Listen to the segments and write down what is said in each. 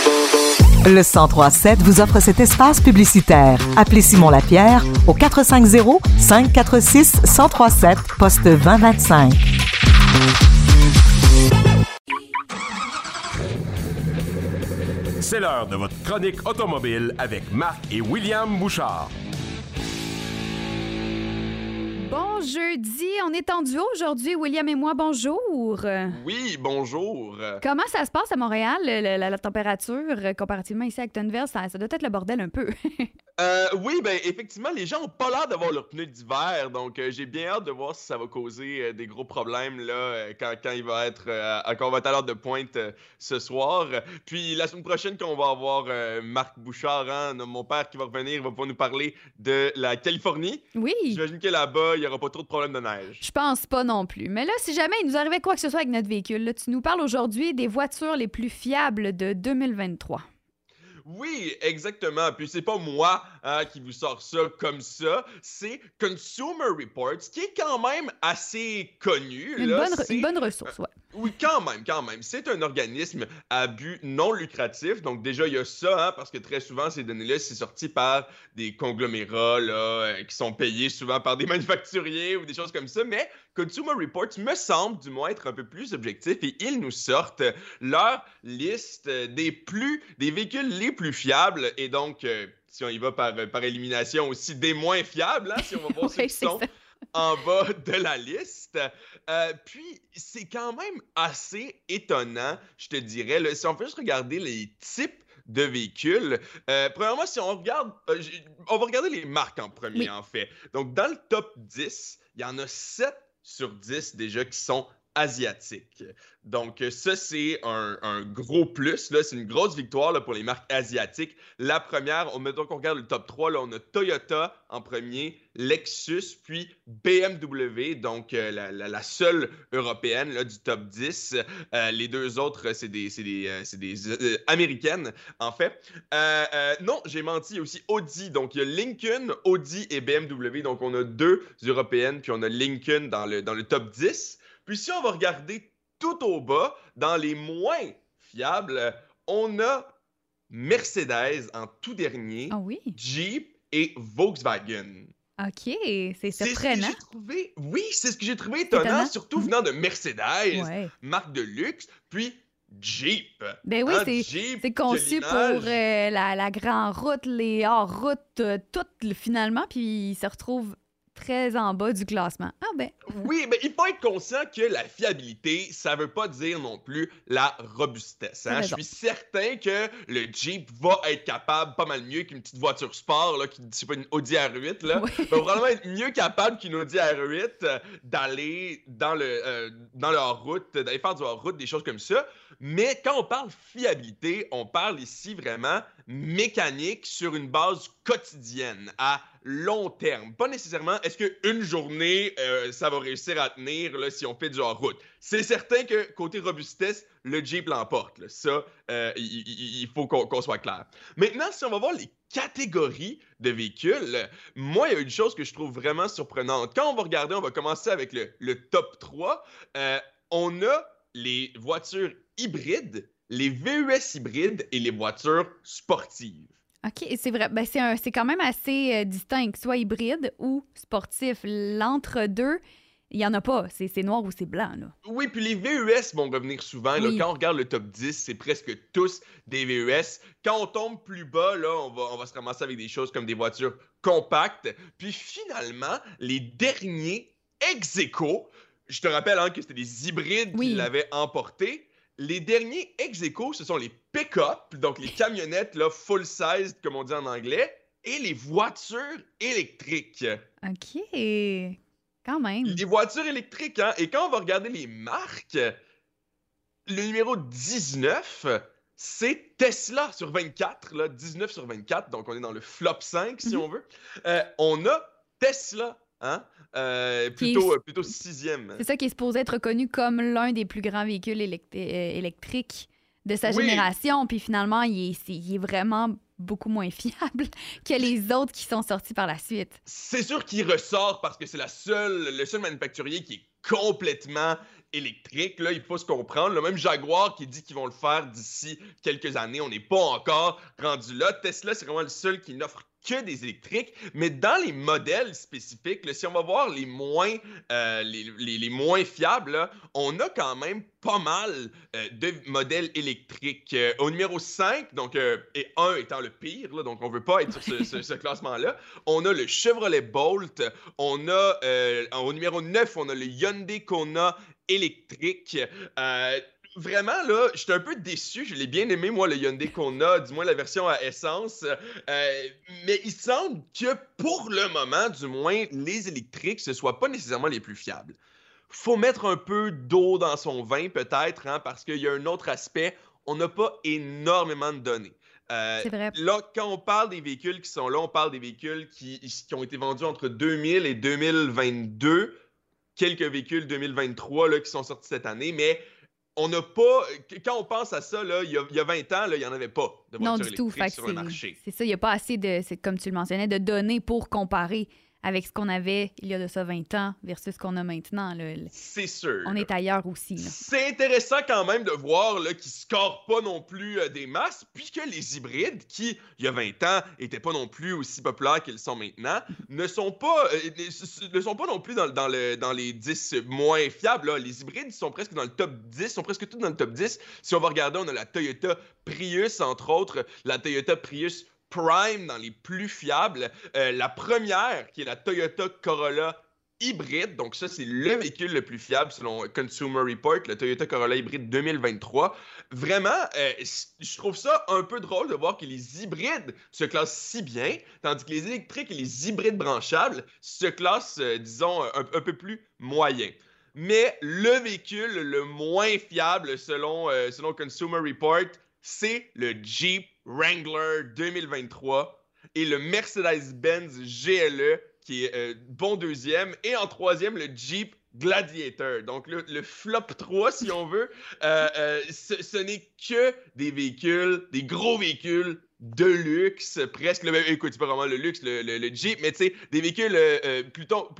Le 1037 vous offre cet espace publicitaire. Appelez Simon Lapierre au 450-546-1037, poste 2025. C'est l'heure de votre chronique automobile avec Marc et William Bouchard. Bon jeudi, on est en duo aujourd'hui, William et moi, bonjour. Oui, bonjour. Comment ça se passe à Montréal, la température, comparativement ici à Actonville? Ça doit être le bordel un peu. Oui, ben effectivement, les gens ont pas l'air d'avoir leurs pneus d'hiver, donc j'ai bien hâte de voir si ça va causer des gros problèmes là quand il va être quand on va être à l'heure de pointe ce soir. Puis la semaine prochaine, quand on va avoir Marc Bouchard, mon père qui va revenir, il va pouvoir nous parler de la Californie. Oui. J'imagine que là-bas, il y aura pas trop de problèmes de neige. Je pense pas non plus. Mais là, si jamais il nous arrivait quoi que ce soit avec notre véhicule, là, tu nous parles aujourd'hui des voitures les plus fiables de 2023. Oui, exactement. Puis c'est pas moi qui vous sort ça comme ça. C'est Consumer Reports, qui est quand même assez connu. Une bonne ressource, ouais. Oui, quand même. C'est un organisme à but non lucratif. Donc déjà, il y a ça, parce que très souvent, ces données-là, c'est sorti par des conglomérats là, qui sont payés souvent par des manufacturiers ou des choses comme ça. Mais Consumer Reports me semble du moins être un peu plus objectif et ils nous sortent leur liste des véhicules les plus fiables. Et donc, si on y va par élimination aussi, des moins fiables, si on va voir ceux qui sont en bas de la liste. Puis, c'est quand même assez étonnant, je te dirais. Là, si on fait juste regarder les types de véhicules, premièrement, si on regarde, on va regarder les marques en premier, en fait. Donc, dans le top 10, il y en a 7 sur 10 déjà qui sont asiatiques. Donc, ça, c'est un gros plus. Là. C'est une grosse victoire là, pour les marques asiatiques. La première, mettons qu'on regarde le top 3, là, on a Toyota en premier, Lexus, puis BMW, donc la seule européenne là, du top 10. Les deux autres, c'est des américaines, en fait. Non, j'ai menti, il y a aussi Audi. Donc, il y a Lincoln, Audi et BMW. Donc, on a deux européennes, puis on a Lincoln dans le top 10. Puis si on va regarder tout au bas, dans les moins fiables, on a Mercedes en tout dernier, Jeep et Volkswagen. OK, c'est surprenant. C'est ce que j'ai trouvé étonnant, surtout venant de Mercedes, marque de luxe, puis Jeep. Ben oui, c'est conçu pour la grande route, les hors-routes, tout finalement, puis il se retrouve très en bas du classement. Ah ben. Oui, mais il faut être conscient que la fiabilité, ça veut pas dire non plus la robustesse. Je suis certain que le Jeep va être capable, pas mal mieux qu'une petite voiture sport, là, qui c'est pas une Audi R8, là, va probablement être mieux capable qu'une Audi R8 d'aller dans le hors-route, d'aller faire du hors-route, des choses comme ça. Mais quand on parle fiabilité, on parle ici vraiment mécanique sur une base quotidienne, à long terme. Pas nécessairement est-ce qu'une journée, ça va réussir à tenir là, si on fait du hors-route. C'est certain que côté robustesse, le Jeep l'emporte. Là. Ça, il faut qu'on soit clair. Maintenant, si on va voir les catégories de véhicules, moi, il y a une chose que je trouve vraiment surprenante. Quand on va regarder, on va commencer avec le top 3. On a les voitures hybrides, les VUS hybrides et les voitures sportives. OK, c'est vrai. Ben, c'est quand même assez distinct, soit hybride ou sportif. L'entre-deux, il n'y en a pas. C'est noir ou c'est blanc, là. Oui, puis les VUS vont revenir souvent. Là, quand on regarde le top 10, c'est presque tous des VUS. Quand on tombe plus bas, là, on va se ramasser avec des choses comme des voitures compactes. Puis finalement, les derniers ex-aequo, je te rappelle que c'était des hybrides qui l'avaient emporté. Les derniers ex-aequo, ce sont les pick-up, donc les camionnettes là, full-size, comme on dit en anglais, et les voitures électriques. OK, quand même. Les voitures électriques, et quand on va regarder les marques, le numéro 19, c'est Tesla sur 24, là, 19 sur 24, donc on est dans le flop 5 si on veut. On a Tesla. Plutôt sixième. C'est ça qui est supposé être reconnu comme l'un des plus grands véhicules électriques de sa génération. Puis finalement, il est vraiment beaucoup moins fiable que les autres qui sont sortis par la suite. C'est sûr qu'il ressort parce que c'est le seul manufacturier qui est complètement électrique, là, il faut se comprendre. Le même Jaguar qui dit qu'ils vont le faire d'ici quelques années, on n'est pas encore rendu là. Tesla, c'est vraiment le seul qui n'offre que des électriques, mais dans les modèles spécifiques, là, si on va voir les moins fiables, là, on a quand même pas mal de modèles électriques. Au numéro 5, donc, et 1 étant le pire, là, donc on veut pas être sur ce classement-là, on a le Chevrolet Bolt, on a, au numéro 9, on a le Hyundai Kona électrique. Vraiment, là, j'étais un peu déçu. Je l'ai bien aimé, moi, le Hyundai Kona, du moins la version à essence. Mais il semble que, pour le moment, du moins, les électriques, ce ne soient pas nécessairement les plus fiables. Faut mettre un peu d'eau dans son vin, peut-être, hein, parce qu'il y a un autre aspect. On n'a pas énormément de données. C'est vrai. Là, quand on parle des véhicules qui sont là, on parle des véhicules qui ont été vendus entre 2000 et 2022. Quelques véhicules 2023 là, qui sont sortis cette année, mais on n'a pas... Quand on pense à ça, là, il y a 20 ans, là, il n'y en avait pas de voitures électriques sur le marché. C'est ça, il n'y a pas assez de, comme tu le mentionnais, de données pour comparer avec ce qu'on avait il y a de ça 20 ans versus ce qu'on a maintenant. Là. C'est sûr. On est ailleurs aussi. Là. C'est intéressant quand même de voir qu'ils ne scorent pas non plus des masses, puisque les hybrides, qui, il y a 20 ans, n'étaient pas non plus aussi populaires qu'ils sont maintenant, ne sont pas non plus dans les 10 moins fiables. Là. Les hybrides sont presque dans le top 10, sont presque tous dans le top 10. Si on va regarder, on a la Toyota Prius, entre autres, la Toyota Prius Prime dans les plus fiables. La première, qui est la Toyota Corolla hybride, donc ça, c'est le véhicule le plus fiable selon Consumer Report, le Toyota Corolla hybride 2023. Vraiment, je trouve ça un peu drôle de voir que les hybrides se classent si bien, tandis que les électriques et les hybrides branchables se classent, disons, un peu plus moyen. Mais le véhicule le moins fiable selon Consumer Report, c'est le Jeep Wrangler 2023 et le Mercedes-Benz GLE qui est bon deuxième, et en troisième, le Jeep Gladiator. Donc, le flop 3, si on veut, ce n'est que des véhicules, des gros véhicules de luxe, presque, écoute, c'est pas vraiment le luxe, le Jeep, mais tu sais, des véhicules plutôt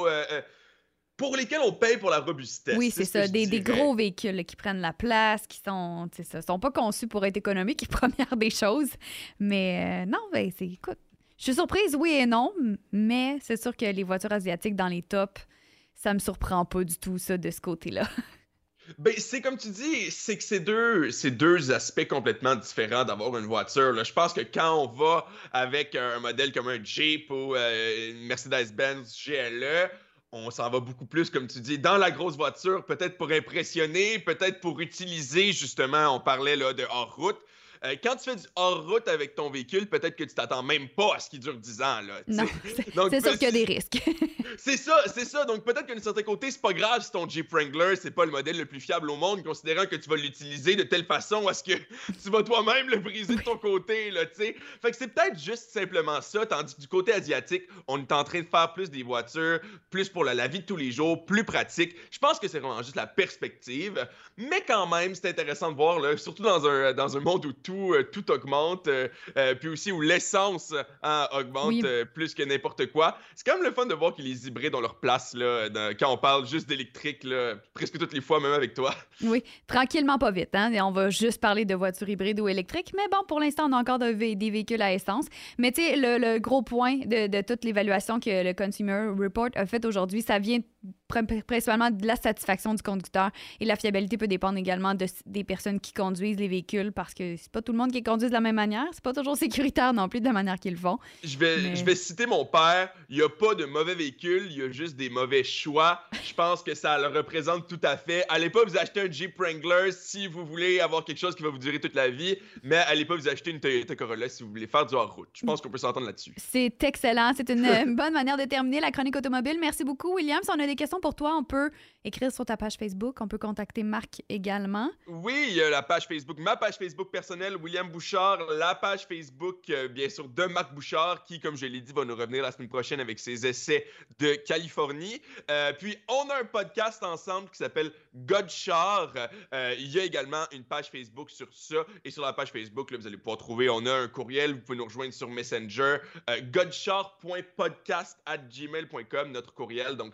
pour lesquels on paye pour la robustesse. Oui, c'est ça. Des gros véhicules là, qui prennent la place, qui sont pas conçus pour être économiques, première des choses. Mais non, ben, écoute, je suis surprise, oui et non, mais c'est sûr que les voitures asiatiques dans les tops, ça me surprend pas du tout, ça, de ce côté-là. Ben, c'est comme tu dis, c'est que c'est deux aspects complètement différents d'avoir une voiture. Là. Je pense que quand on va avec un modèle comme un Jeep ou une Mercedes-Benz GLE, on s'en va beaucoup plus, comme tu dis, dans la grosse voiture, peut-être pour impressionner, peut-être pour utiliser, justement, on parlait là, de hors-route. Quand tu fais du hors-route avec ton véhicule, peut-être que tu t'attends même pas à ce qu'il dure 10 ans. Là, non, c'est sûr qu'il y a des risques. C'est ça. Donc, peut-être qu'à un certain côté, c'est pas grave si ton Jeep Wrangler, c'est pas le modèle le plus fiable au monde, considérant que tu vas l'utiliser de telle façon à ce que tu vas toi-même le briser de ton côté, là, tu sais. Fait que c'est peut-être juste simplement ça, tandis que du côté asiatique, on est en train de faire plus des voitures, plus pour la vie de tous les jours, plus pratique. Je pense que c'est vraiment juste la perspective, mais quand même, c'est intéressant de voir, là, surtout dans un monde où tout augmente, puis aussi où l'essence augmente plus que n'importe quoi. C'est quand même le fun de voir que les hybrides ont leur place là, quand on parle juste d'électrique, là, presque toutes les fois, même avec toi. Oui, tranquillement, pas vite. Hein? Et on va juste parler de voitures hybrides ou électriques, mais bon, pour l'instant, on a encore des véhicules à essence. Mais tu sais, le gros point de toute l'évaluation que le Consumer Report a faite aujourd'hui, ça vient principalement de la satisfaction du conducteur, et la fiabilité peut dépendre également des personnes qui conduisent les véhicules, parce que c'est pas tout le monde qui conduit de la même manière, c'est pas toujours sécuritaire non plus de la manière qu'ils le font. Je vais citer mon père, il n'y a pas de mauvais véhicules, il y a juste des mauvais choix. Je pense que ça le représente tout à fait. Allez pas vous acheter un Jeep Wrangler si vous voulez avoir quelque chose qui va vous durer toute la vie, mais allez pas vous acheter une Toyota Corolla si vous voulez faire du hors-route. Je pense qu'on peut s'entendre là-dessus. C'est excellent, c'est une bonne manière de terminer la chronique automobile. Merci beaucoup, William. Si on a des questions pour toi, on peut écrire sur ta page Facebook. On peut contacter Marc également. Oui, il y a la page Facebook, ma page Facebook personnelle, William Bouchard, la page Facebook, bien sûr, de Marc Bouchard, qui, comme je l'ai dit, va nous revenir la semaine prochaine avec ses essais de Californie. Puis, on a un podcast ensemble qui s'appelle Godchar. Il y a également une page Facebook sur ça. Et sur la page Facebook, là, vous allez pouvoir trouver, on a un courriel, vous pouvez nous rejoindre sur Messenger, godchar.podcast@gmail.com, notre courriel. Donc, si vous voulez nous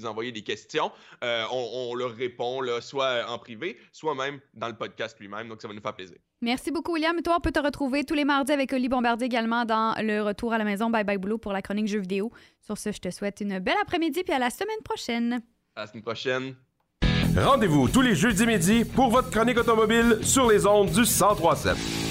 envoyer des questions. On leur répond là, soit en privé, soit même dans le podcast lui-même. Donc, ça va nous faire plaisir. Merci beaucoup, William. Toi, on peut te retrouver tous les mardis avec Oli Bombardier également dans le retour à la maison Bye Bye Boulot pour la chronique jeux vidéo. Sur ce, je te souhaite une belle après-midi puis à la semaine prochaine. À la semaine prochaine. Rendez-vous tous les jeudis midi pour votre chronique automobile sur les ondes du 103.7.